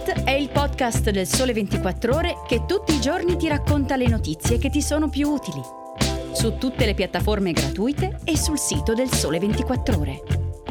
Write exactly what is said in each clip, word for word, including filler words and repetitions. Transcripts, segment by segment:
Start è il podcast del Sole ventiquattro Ore che tutti i giorni ti racconta le notizie che ti sono più utili. Su tutte le piattaforme gratuite e sul sito del Sole ventiquattro Ore.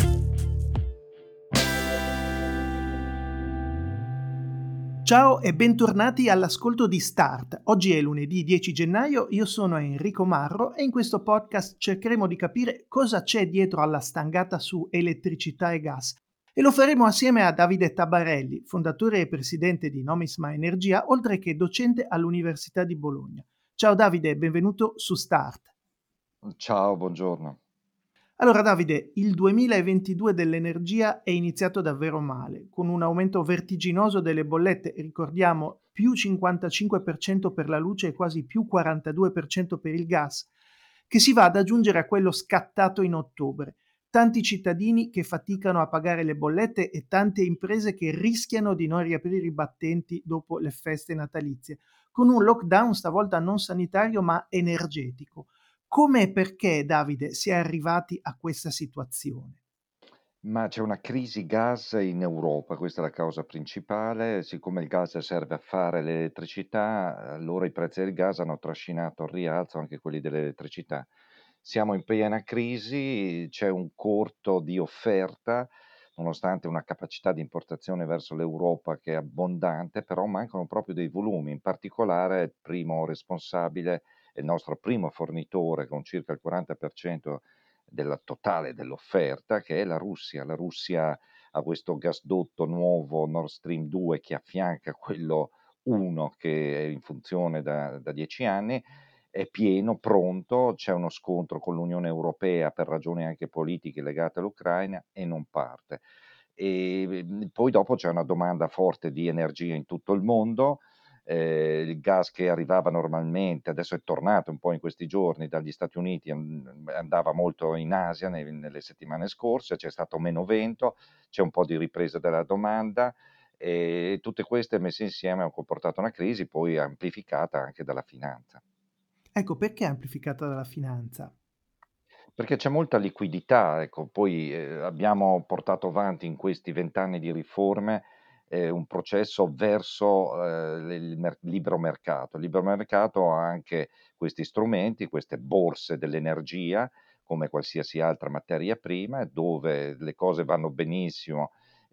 Ciao e bentornati all'ascolto di Start. Oggi è lunedì dieci gennaio, io sono Enrico Marro e in questo podcast cercheremo di capire cosa c'è dietro alla stangata su elettricità e gas. E lo faremo assieme a Davide Tabarelli, fondatore e presidente di Nomisma Energia, oltre che docente all'Università di Bologna. Ciao Davide, benvenuto su Start. Ciao, buongiorno. Allora Davide, il duemilaventidue dell'energia è iniziato davvero male, con un aumento vertiginoso delle bollette, ricordiamo più cinquantacinque per cento per la luce e quasi più quarantadue per cento per il gas, che si va ad aggiungere a quello scattato in ottobre. Tanti cittadini che faticano a pagare le bollette e tante imprese che rischiano di non riaprire i battenti dopo le feste natalizie, con un lockdown stavolta non sanitario ma energetico. Come e perché, Davide, si è arrivati a questa situazione? Ma c'è una crisi gas in Europa, questa è la causa principale. Siccome il gas serve a fare l'elettricità, allora i prezzi del gas hanno trascinato al rialzo anche quelli dell'elettricità. Siamo in piena crisi, c'è un corto di offerta, nonostante una capacità di importazione verso l'Europa che è abbondante, però mancano proprio dei volumi. In particolare, il primo responsabile è il nostro primo fornitore con circa il quaranta per cento della totale dell'offerta, che è la Russia. La Russia ha questo gasdotto nuovo Nord Stream due che affianca quello uno che è in funzione da, da dieci anni, è pieno, pronto, c'è uno scontro con l'Unione Europea per ragioni anche politiche legate all'Ucraina e non parte. E poi dopo c'è una domanda forte di energia in tutto il mondo. Eh, il gas che arrivava normalmente, adesso è tornato un po' in questi giorni dagli Stati Uniti, andava molto in Asia nei, nelle settimane scorse, c'è stato meno vento, c'è un po' di ripresa della domanda e tutte queste messe insieme hanno comportato una crisi poi amplificata anche dalla finanza. Ecco, perché è amplificata dalla finanza? Perché c'è molta liquidità, ecco, poi eh, abbiamo portato avanti in questi vent'anni di riforme eh, un processo verso eh, il mer- libero mercato. Il libero mercato ha anche questi strumenti, queste borse dell'energia, come qualsiasi altra materia prima, dove le cose vanno benissimo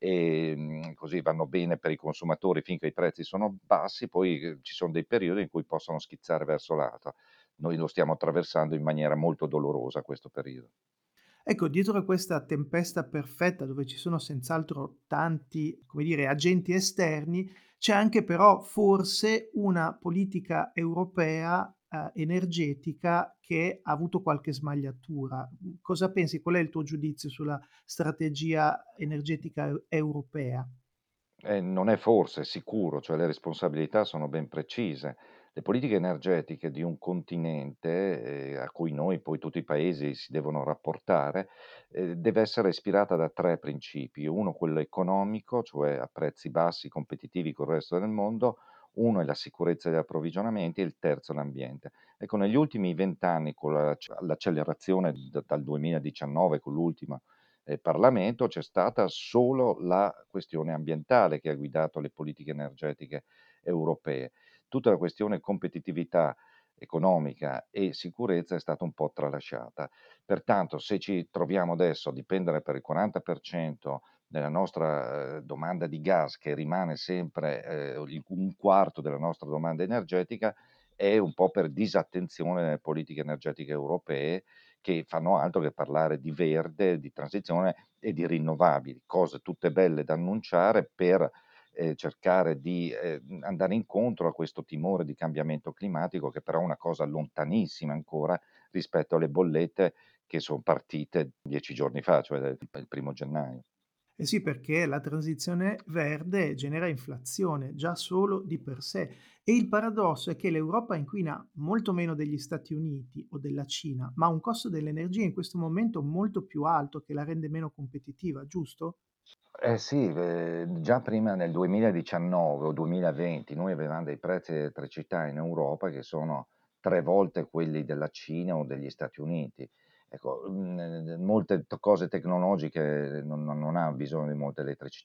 e mh, così vanno bene per i consumatori finché i prezzi sono bassi, poi eh, ci sono dei periodi in cui possono schizzare verso l'alto. Noi lo stiamo attraversando in maniera molto dolorosa questo periodo. Ecco, dietro a questa tempesta perfetta, dove ci sono senz'altro tanti, come dire, agenti esterni, c'è anche però forse una politica europea eh, energetica che ha avuto qualche smagliatura. Cosa pensi? Qual è il tuo giudizio sulla strategia energetica eu- europea? Eh, non è forse, è sicuro, cioè le responsabilità sono ben precise. Le politiche energetiche di un continente, eh, a cui noi poi tutti i paesi si devono rapportare, eh, deve essere ispirata da tre principi. Uno, quello economico, cioè a prezzi bassi, competitivi con il resto del mondo. Uno è la sicurezza degli approvvigionamenti e il terzo l'ambiente. Ecco, negli ultimi vent'anni, con la- l'accelerazione da- dal duemiladiciannove, con l'ultima eh, Parlamento, c'è stata solo la questione ambientale che ha guidato le politiche energetiche europee. Tutta la questione competitività economica e sicurezza è stata un po' tralasciata. Pertanto, se ci troviamo adesso a dipendere per il quaranta per cento della nostra eh, domanda di gas, che rimane sempre eh, il- un quarto della nostra domanda energetica, è un po' per disattenzione delle politiche energetiche europee che fanno altro che parlare di verde, di transizione e di rinnovabili, cose tutte belle da annunciare per eh, cercare di eh, andare incontro a questo timore di cambiamento climatico, che però è una cosa lontanissima ancora rispetto alle bollette che sono partite dieci giorni fa, cioè il primo gennaio. Eh sì, perché la transizione verde genera inflazione già solo di per sé e il paradosso è che l'Europa inquina molto meno degli Stati Uniti o della Cina, ma ha un costo dell'energia in questo momento molto più alto che la rende meno competitiva, giusto? Eh sì, eh, già prima nel duemiladiciannove o duemilaventi noi avevamo dei prezzi di elettricità in Europa che sono tre volte quelli della Cina o degli Stati Uniti. Ecco, mh, molte to- cose tecnologiche non, non- non hanno bisogno di molta elettricità,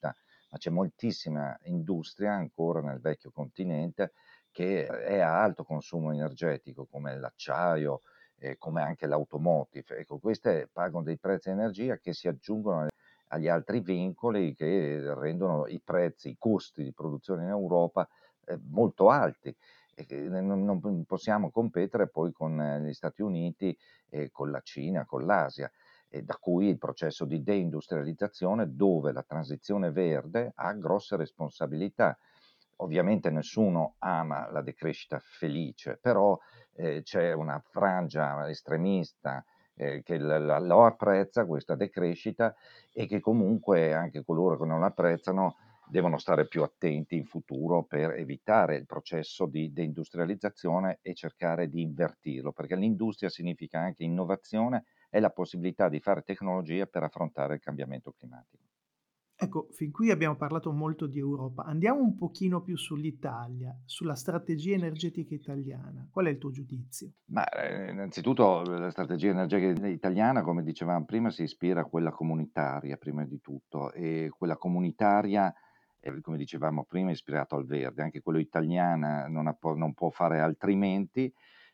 ma c'è moltissima industria ancora nel vecchio continente che è a alto consumo energetico, come l'acciaio, eh, come anche l'automotive. Ecco, queste pagano dei prezzi di energia che si aggiungono agli altri vincoli che rendono i prezzi, i costi di produzione in Europa eh, molto alti. E che non, non possiamo competere poi con eh, gli Stati Uniti, e con la Cina, con l'Asia, e da cui il processo di deindustrializzazione, dove la transizione verde ha grosse responsabilità. Ovviamente nessuno ama la decrescita felice, però eh, c'è una frangia estremista eh, che la, la, lo apprezza questa decrescita, e che comunque anche coloro che non l'apprezzano devono stare più attenti in futuro per evitare il processo di deindustrializzazione e cercare di invertirlo, perché l'industria significa anche innovazione e la possibilità di fare tecnologie per affrontare il cambiamento climatico. Ecco, fin qui abbiamo parlato molto di Europa. Andiamo un pochino più sull'Italia, sulla strategia energetica italiana. Qual è il tuo giudizio? Ma eh, innanzitutto la strategia energetica italiana, come dicevamo prima, si ispira a quella comunitaria, prima di tutto, e quella comunitaria, eh, come dicevamo prima, è ispirato al verde. Anche quello italiana non, ha po- non può fare altrimenti,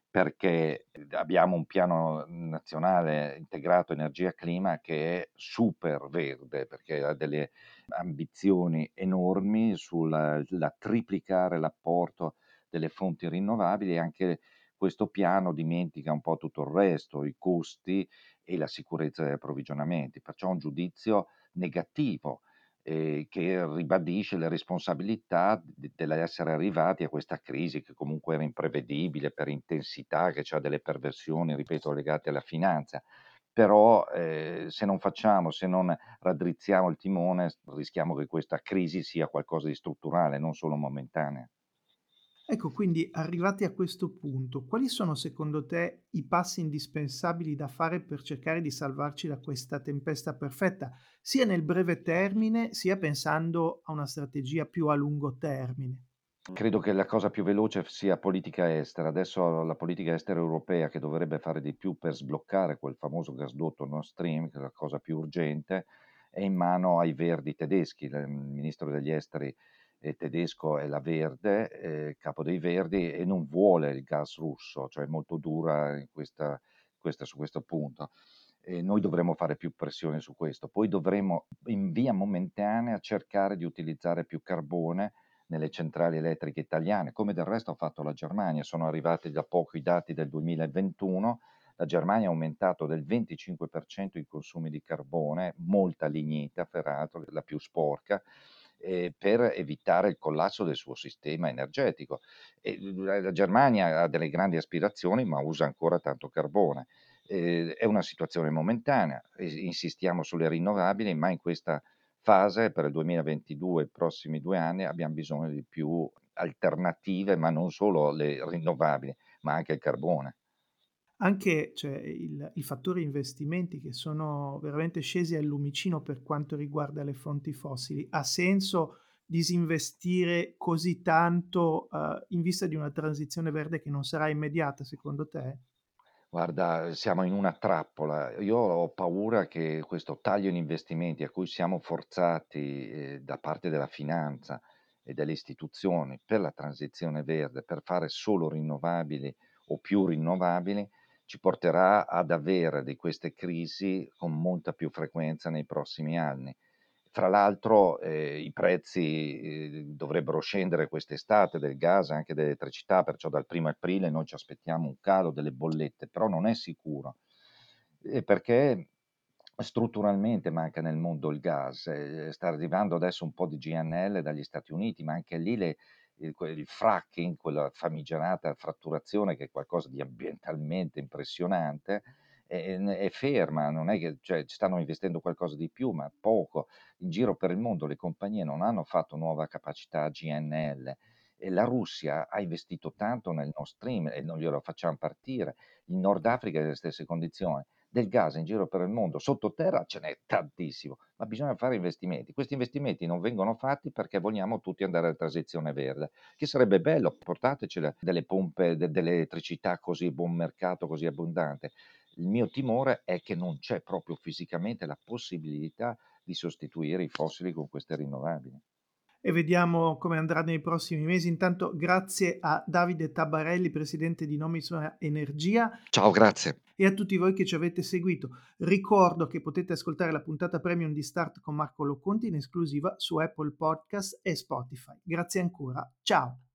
perché abbiamo un piano nazionale integrato energia-clima che è super verde, perché ha delle ambizioni enormi sulla la triplicare l'apporto delle fonti rinnovabili, e anche questo piano dimentica un po' tutto il resto, i costi e la sicurezza degli approvvigionamenti, perciò un giudizio negativo eh, che ribadisce le responsabilità d- dell'essere arrivati a questa crisi che comunque era imprevedibile per intensità, che ha delle perversioni, ripeto, legate alla finanza. Però eh, se non facciamo, se non raddrizziamo il timone, rischiamo che questa crisi sia qualcosa di strutturale, non solo momentanea. Ecco, quindi arrivati a questo punto, quali sono secondo te i passi indispensabili da fare per cercare di salvarci da questa tempesta perfetta, sia nel breve termine, sia pensando a una strategia più a lungo termine? Credo che la cosa più veloce sia politica estera. Adesso la politica estera europea, che dovrebbe fare di più per sbloccare quel famoso gasdotto Nord Stream, che è la cosa più urgente, è in mano ai verdi tedeschi. Il ministro degli esteri eh, tedesco è la Verde, eh, capo dei Verdi, e non vuole il gas russo, cioè è molto dura in questa, questa- su questo punto. E noi dovremmo fare più pressione su questo. Poi dovremmo in via momentanea cercare di utilizzare più carbone nelle centrali elettriche italiane, come del resto ha fatto la Germania. Sono arrivati da poco i dati del duemilaventuno, la Germania ha aumentato del venticinque per cento i consumi di carbone, molta lignita peraltro, la più sporca, eh, per evitare il collasso del suo sistema energetico. E la Germania ha delle grandi aspirazioni, ma usa ancora tanto carbone. Eh, è una situazione momentanea, insistiamo sulle rinnovabili, ma in questa fase per il duemilaventidue, i prossimi due anni, abbiamo bisogno di più alternative, ma non solo le rinnovabili, ma anche il carbone. Anche, cioè, il il fattore investimenti che sono veramente scesi al lumicino per quanto riguarda le fonti fossili. Ha senso disinvestire così tanto, uhm, in vista di una transizione verde che non sarà immediata secondo te? Guarda, siamo in una trappola. Io ho paura che questo taglio in investimenti a cui siamo forzati, eh, da parte della finanza e delle istituzioni per la transizione verde, per fare solo rinnovabili o più rinnovabili, ci porterà ad avere di queste crisi con molta più frequenza nei prossimi anni. Fra l'altro, eh, i prezzi eh, dovrebbero scendere quest'estate del gas e anche dell'elettricità, perciò dal primo aprile noi ci aspettiamo un calo delle bollette, però non è sicuro, eh, perché strutturalmente manca nel mondo il gas. Eh, sta arrivando adesso un po' di G N L dagli Stati Uniti, ma anche lì le- il, que- il fracking, quella famigerata fratturazione che è qualcosa di ambientalmente impressionante, è, è ferma, non è che cioè, ci stanno investendo qualcosa di più, ma poco. In giro per il mondo le compagnie non hanno fatto nuova capacità G N L, e la Russia ha investito tanto nel Nord Stream e non glielo facciamo partire. Il Nord Africa è nelle stesse condizioni. Del gas in giro per il mondo, sottoterra ce n'è tantissimo, ma bisogna fare investimenti. Questi investimenti non vengono fatti perché vogliamo tutti andare alla transizione verde, che sarebbe bello, portateci delle pompe de- dell'elettricità così buon mercato, così abbondante. Il mio timore è che non c'è proprio fisicamente la possibilità di sostituire i fossili con queste rinnovabili. E vediamo come andrà nei prossimi mesi. Intanto grazie a Davide Tabarelli, presidente di Nomisma Energia. Ciao, grazie. E a tutti voi che ci avete seguito. Ricordo che potete ascoltare la puntata premium di Start con Marco Loconti in esclusiva su Apple Podcast e Spotify. Grazie ancora. Ciao.